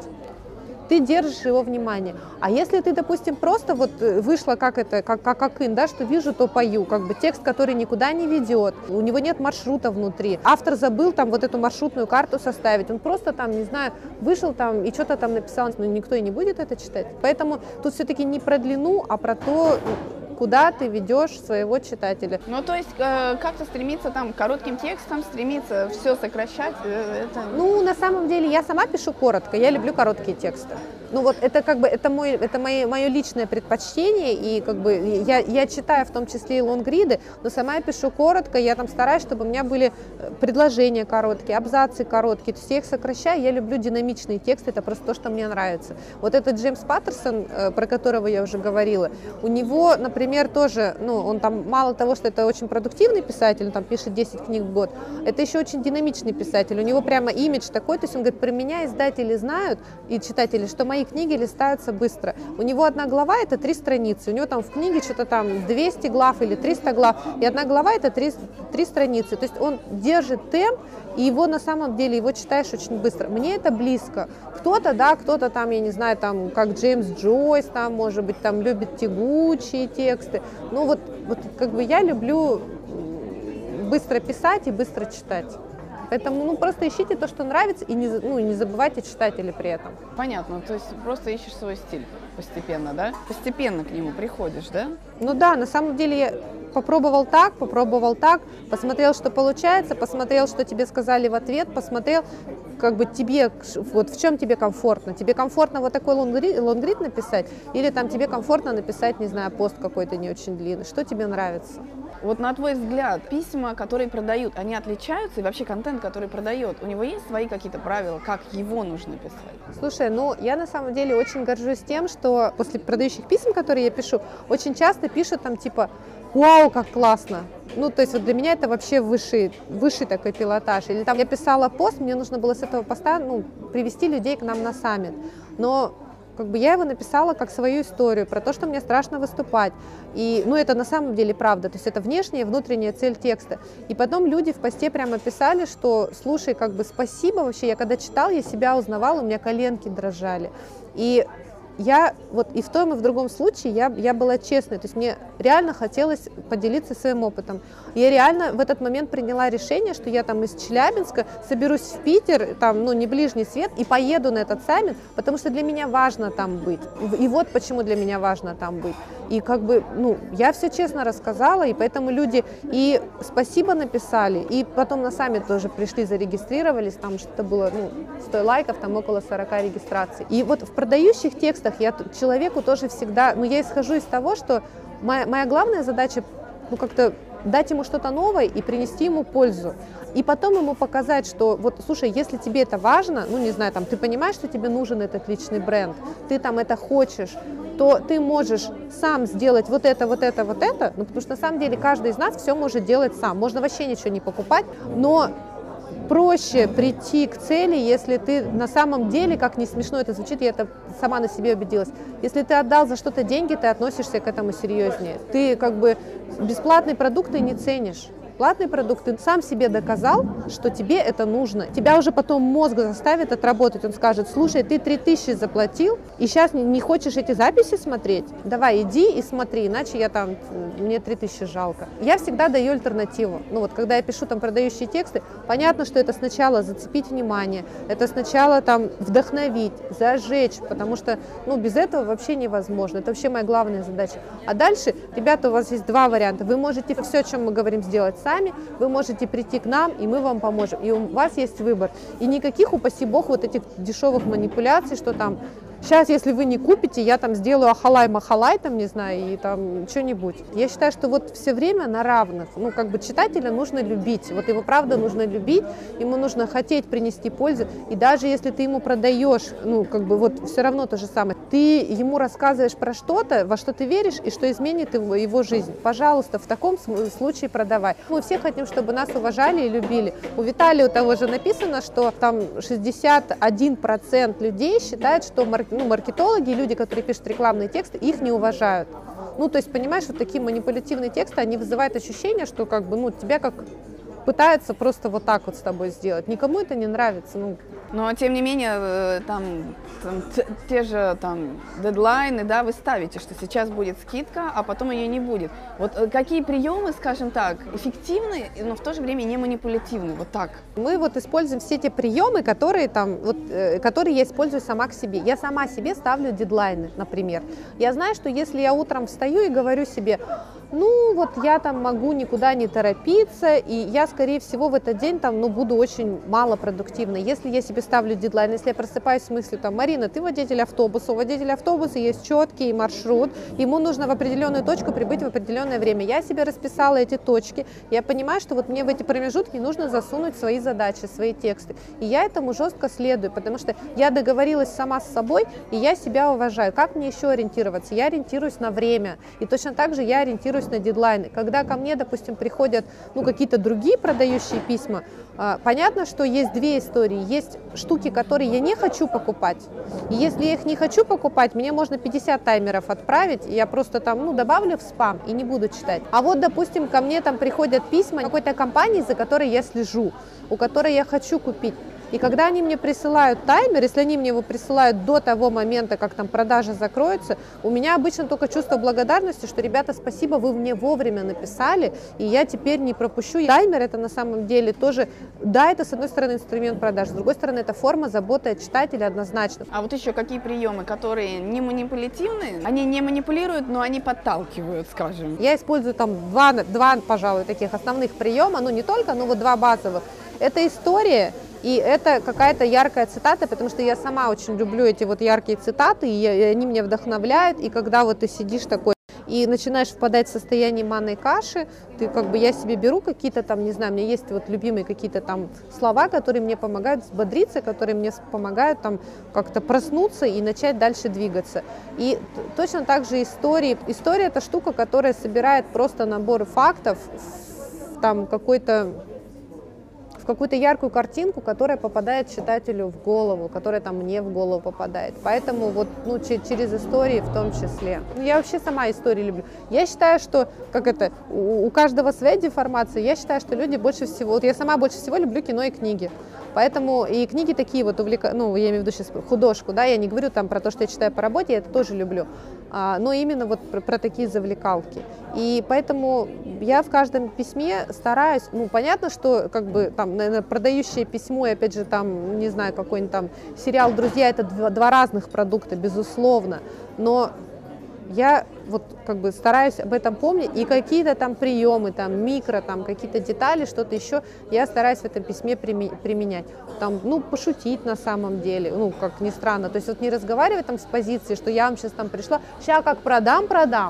Ты держишь его внимание. А если ты, допустим, просто вот вышла как ин, да, что вижу, то пою, как бы текст, который никуда не ведет, у него нет маршрута внутри, автор забыл там вот эту маршрутную карту составить, он просто там, не знаю, вышел там и что-то там написал, но никто и не будет это читать. Поэтому тут все-таки не про длину, а про то, куда ты ведешь своего читателя. Ну, то есть как-то стремиться там к коротким текстам, стремиться все сокращать, это... Ну, на самом деле, я сама пишу коротко, я люблю короткие тексты. Ну, вот это как бы, это мое личное предпочтение, и как бы я читаю в том числе и лонгриды, но сама я пишу коротко, я там стараюсь, чтобы у меня были предложения короткие, абзацы короткие, то есть я их сокращаю, я люблю динамичные тексты, это просто то, что мне нравится. Вот этот Джеймс Паттерсон, про которого я уже говорила, у него, например, тоже, ну, он там мало того, что это очень продуктивный писатель, он там пишет 10 книг в год, это еще очень динамичный писатель, у него прямо имидж такой, то есть он говорит: про меня издатели знают и читатели, что мои книги листаются быстро. У него одна глава — это 3 страницы, у него там в книге что-то там 200 глав или 300 глав, и одна глава — это 3 страницы, то есть он держит темп, и его на самом деле, его читаешь очень быстро. Мне это близко. Кто-то, да, кто-то там, я не знаю, там, как Джеймс Джойс, там, может быть, там, любит тягучие тексты. Ну, вот как бы я люблю быстро писать и быстро читать. Поэтому, ну, просто ищите то, что нравится, и не забывайте читателей при этом. Понятно, то есть просто ищешь свой стиль постепенно, да? Постепенно к нему приходишь, да? Ну да, на самом деле я попробовал так, посмотрел, что получается, посмотрел, что тебе сказали в ответ, посмотрел, как бы тебе, вот в чем тебе комфортно. Тебе комфортно вот такой лонгрид написать, или там тебе комфортно написать, не знаю, пост какой-то не очень длинный. Что тебе нравится? Вот на твой взгляд, письма, которые продают, они отличаются? И вообще контент, который продает, у него есть свои какие-то правила, как его нужно писать? Слушай, ну я на самом деле очень горжусь тем, что после продающих писем, которые я пишу, очень часто пишут там типа «Вау, как классно!» Ну, то есть вот для меня это вообще высший такой пилотаж. Или там я писала пост, мне нужно было с этого поста привести людей к нам на саммит. Но как бы я его написала как свою историю, про то, что мне страшно выступать. И, ну, это на самом деле правда, то есть это внешняя и внутренняя цель текста. И потом люди в посте прямо писали, что, слушай, как бы спасибо вообще, я когда читала, я себя узнавала, у меня коленки дрожали. И я вот и в том, и в другом случае я была честной, то есть мне реально хотелось поделиться своим опытом. Я реально в этот момент приняла решение, что я там из Челябинска соберусь в Питер, там, ну, не ближний свет, и поеду на этот саммит, потому что для меня важно там быть. И вот почему для меня важно там быть. И как бы, ну, я все честно рассказала, и поэтому люди и спасибо написали, и потом на саммит тоже пришли, зарегистрировались, там что-то было, ну, 100 лайков, там около 40 регистраций. И вот в продающих текстах я человеку тоже всегда, ну, я исхожу из того, что моя главная задача, ну, как-то дать ему что-то новое и принести ему пользу. И потом ему показать, что вот, слушай, если тебе это важно, ну, не знаю, там, ты понимаешь, что тебе нужен этот личный бренд, ты там это хочешь, то ты можешь сам сделать вот это, ну, потому что на самом деле каждый из нас все может делать сам. Можно вообще ничего не покупать, но проще прийти к цели, если ты на самом деле, как не смешно это звучит, я это сама на себе убедилась, если ты отдал за что-то деньги, ты относишься к этому серьезнее. Ты как бы бесплатные продукты не ценишь. Платный продукт, ты сам себе доказал, что тебе это нужно. Тебя уже потом мозг заставит отработать. Он скажет, слушай, ты 3000 заплатил, и сейчас не хочешь эти записи смотреть? Давай, иди и смотри, иначе мне 3000 жалко. Я всегда даю альтернативу. Ну вот, когда я пишу там продающие тексты, понятно, что это сначала зацепить внимание, это сначала там вдохновить, зажечь, потому что, ну, без этого вообще невозможно. Это вообще моя главная задача. А дальше, ребята, у вас есть два варианта. Вы можете все, о чем мы говорим, сделать сами, вы можете прийти к нам, и мы вам поможем. И у вас есть выбор. И никаких, упаси бог, вот этих дешевых манипуляций, что там, сейчас, если вы не купите, я там сделаю ахалай-махалай, там, не знаю, и там что-нибудь. Я считаю, что вот все время на равных. Ну, как бы читателя нужно любить. Вот его правда нужно любить, ему нужно хотеть принести пользу. И даже если ты ему продаешь, ну, как бы вот все равно то же самое. Ты ему рассказываешь про что-то, во что ты веришь, и что изменит его жизнь. Пожалуйста, в таком случае продавай. Мы все хотим, чтобы нас уважали и любили. У Виталия у того же написано, что там 61% людей считают, что маркетологи, люди, которые пишут рекламные тексты, их не уважают. Ну, то есть, понимаешь, вот такие манипулятивные тексты, они вызывают ощущение, что как бы, ну, тебя как пытаются просто вот так вот с тобой сделать. Никому это не нравится. Ну. Но, тем не менее, там те же там дедлайны, да, вы ставите, что сейчас будет скидка, а потом ее не будет. Вот какие приемы, скажем так, эффективны, но в то же время не манипулятивны, вот так? Мы вот используем все те приемы, которые я использую сама к себе. Я сама себе ставлю дедлайны, например. Я знаю, что если я утром встаю и говорю себе, ну, вот я там могу никуда не торопиться, и я, скорее всего, в этот день там, ну, буду очень малопродуктивной. Если я себе ставлю дедлайн, если я просыпаюсь с мыслью, там, Марина, ты водитель автобуса, у водителя автобуса есть четкий маршрут, ему нужно в определенную точку прибыть в определенное время. Я себе расписала эти точки, я понимаю, что вот мне в эти промежутки нужно засунуть свои задачи, свои тексты. И я этому жестко следую, потому что я договорилась сама с собой, и я себя уважаю. Как мне еще ориентироваться? Я ориентируюсь на время, и точно так же я ориентируюсь на дедлайны. Когда ко мне, допустим, приходят, ну, какие-то другие продающие письма, понятно, что есть две истории. Есть штуки, которые я не хочу покупать. И если я их не хочу покупать, мне можно 50 таймеров отправить, и я просто там, ну, добавлю в спам и не буду читать. А вот, допустим, ко мне там приходят письма какой-то компании, за которой я слежу, у которой я хочу купить. И когда они мне присылают таймер, если они мне его присылают до того момента, как там продажа закроется, у меня обычно только чувство благодарности, что, ребята, спасибо, вы мне вовремя написали, и я теперь не пропущу. И таймер это на самом деле тоже, да, это с одной стороны инструмент продаж, с другой стороны это форма заботы о читателе однозначно. А вот еще какие приемы, которые не манипулятивны, они не манипулируют, но они подталкивают, скажем. Я использую там два, пожалуй, таких основных приема, ну не только, но вот два базовых. Это история. И это какая-то яркая цитата, потому что я сама очень люблю эти вот яркие цитаты, и они меня вдохновляют. И когда вот ты сидишь такой и начинаешь впадать в состояние манной каши, ты как бы, я себе беру какие-то там, не знаю, у меня есть вот любимые какие-то там слова, которые мне помогают взбодриться, которые мне помогают там как-то проснуться и начать дальше двигаться. И точно так же истории. История — это штука, которая собирает просто набор фактов там в какую-то яркую картинку, которая попадает читателю в голову, которая там мне в голову попадает. Поэтому вот, ну, через истории в том числе. Ну, я вообще сама истории люблю. Я считаю, что, как это, у каждого своя деформация. Я считаю, что люди больше всего, вот я сама больше всего люблю кино и книги. Поэтому и книги такие вот ну, я имею в виду сейчас художку, да, я не говорю там про то, что я читаю по работе, я это тоже люблю, но именно вот про такие завлекалки. И поэтому я в каждом письме стараюсь, ну, понятно, что как бы там, наверное, продающее письмо и опять же там, не знаю, какой-нибудь там сериал «Друзья» — это два разных продукта, безусловно, но я вот как бы стараюсь об этом помнить, и какие-то там приемы, там микро, там какие-то детали, что-то еще я стараюсь в этом письме применять. Там, ну, пошутить на самом деле, ну, как ни странно, то есть вот не разговаривать там с позиции, что я вам сейчас там пришла, сейчас как продам,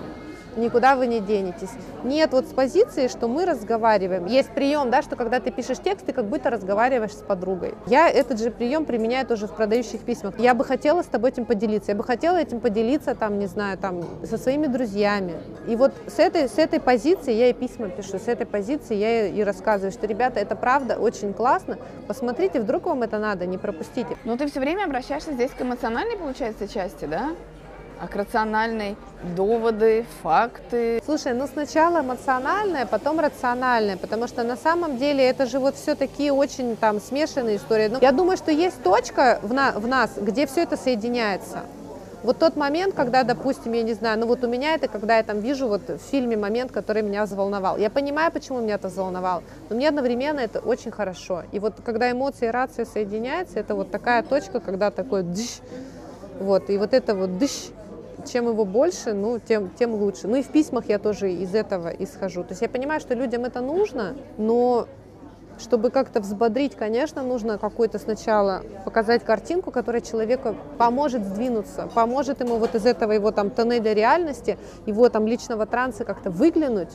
никуда вы не денетесь. Нет, вот с позиции, что мы разговариваем. Есть прием, да, что когда ты пишешь текст, ты как будто разговариваешь с подругой. Я этот же прием применяю тоже в продающих письмах. Я бы хотела с тобой этим поделиться. Я бы хотела этим поделиться, там, не знаю, там, со своими друзьями. И вот с этой позиции я и письма пишу, с этой позиции я и рассказываю, что, ребята, это правда очень классно. Посмотрите, вдруг вам это надо, не пропустите. Но ты все время обращаешься здесь к эмоциональной, получается, части, да? А к рациональной доводы, факты. Слушай, ну сначала эмоциональное, потом рациональное, потому что на самом деле это же вот все такие очень там смешанные истории. Но я думаю, что есть точка в нас, где все это соединяется. Вот тот момент, когда, допустим, я не знаю, ну вот у меня это, когда я там вижу вот в фильме момент, который меня взволновал. Я понимаю, почему меня это взволновало, но мне одновременно это очень хорошо. И вот когда эмоции и рация соединяются, это вот такая точка, когда такой дыщ, вот, и вот это вот дыщ. Чем его больше, ну, тем лучше. Ну и в письмах я тоже из этого исхожу. То есть я понимаю, что людям это нужно, но чтобы как-то взбодрить, конечно, нужно какую-то сначала показать картинку, которая человеку поможет сдвинуться, поможет ему вот из этого его там тоннеля реальности, его там личного транса как-то выглянуть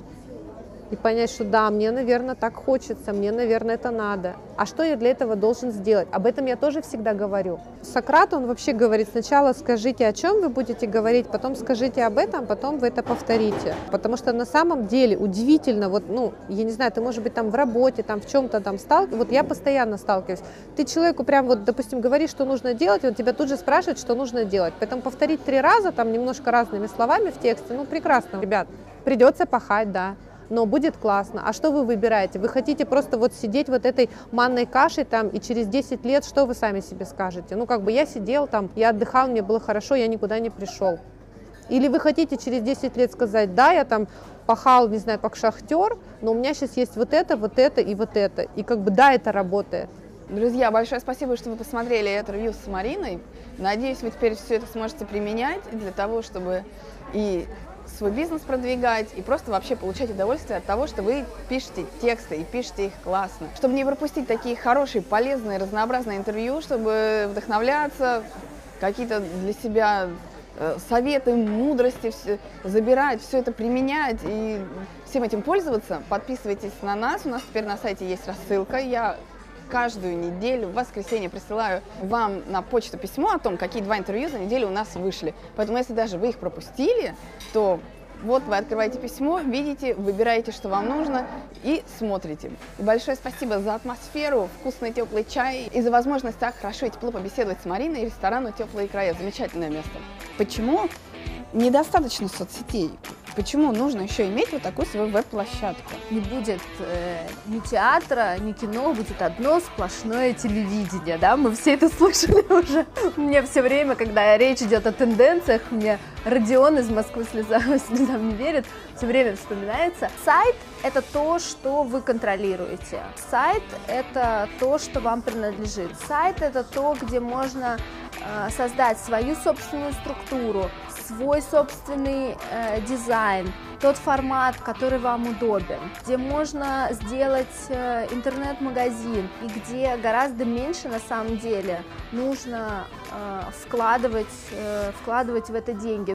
и понять, что да, мне, наверное, так хочется, мне, наверное, это надо. А что я для этого должен сделать? Об этом я тоже всегда говорю. Сократ, он вообще говорит, сначала скажите, о чем вы будете говорить, потом скажите об этом, потом вы это повторите. Потому что на самом деле удивительно, вот, ну, я не знаю, ты, может быть, там в работе, там в чем-то там сталкиваешься, вот я постоянно сталкиваюсь. Ты человеку прям вот, допустим, говоришь, что нужно делать, и он тебя тут же спрашивает, что нужно делать. Поэтому повторить 3 раза, там немножко разными словами в тексте, ну, прекрасно, ребят, придется пахать, да. Но будет классно. А что вы выбираете? Вы хотите просто вот сидеть вот этой манной кашей там, и через 10 лет что вы сами себе скажете? Ну, как бы я сидел там, я отдыхал, мне было хорошо, я никуда не пришел. Или вы хотите через 10 лет сказать, да, я там пахал, не знаю, как шахтер, но у меня сейчас есть вот это и вот это. И как бы да, это работает. Друзья, большое спасибо, что вы посмотрели это ревью с Мариной. Надеюсь, вы теперь все это сможете применять для того, чтобы и свой бизнес продвигать, и просто вообще получать удовольствие от того, что вы пишете тексты и пишете их классно. Чтобы не пропустить такие хорошие, полезные, разнообразные интервью, чтобы вдохновляться, какие-то для себя советы, мудрости забирать, все это применять и всем этим пользоваться, подписывайтесь на нас. У нас теперь на сайте есть рассылка. Я каждую неделю в воскресенье присылаю вам на почту письмо о том, какие 2 интервью за неделю у нас вышли. Поэтому, если даже вы их пропустили, то вот вы открываете письмо, видите, выбираете, что вам нужно, и смотрите. И большое спасибо за атмосферу, вкусный теплый чай и за возможность так хорошо и тепло побеседовать с Мариной и ресторану «Теплые края». Замечательное место. Почему недостаточно соцсетей? Почему нужно еще иметь вот такую свою веб-площадку? Не будет ни театра, ни кино, будет одно сплошное телевидение, да, мы все это слышали уже. Мне все время, когда речь идет о тенденциях, мне Родион из Москвы слезам не верит, все время вспоминается. Сайт – это то, что вы контролируете. Сайт – это то, что вам принадлежит. Сайт – это то, где можно создать свою собственную структуру, свой собственный дизайн, тот формат, который вам удобен, где можно сделать интернет-магазин и где гораздо меньше на самом деле нужно вкладывать в это деньги.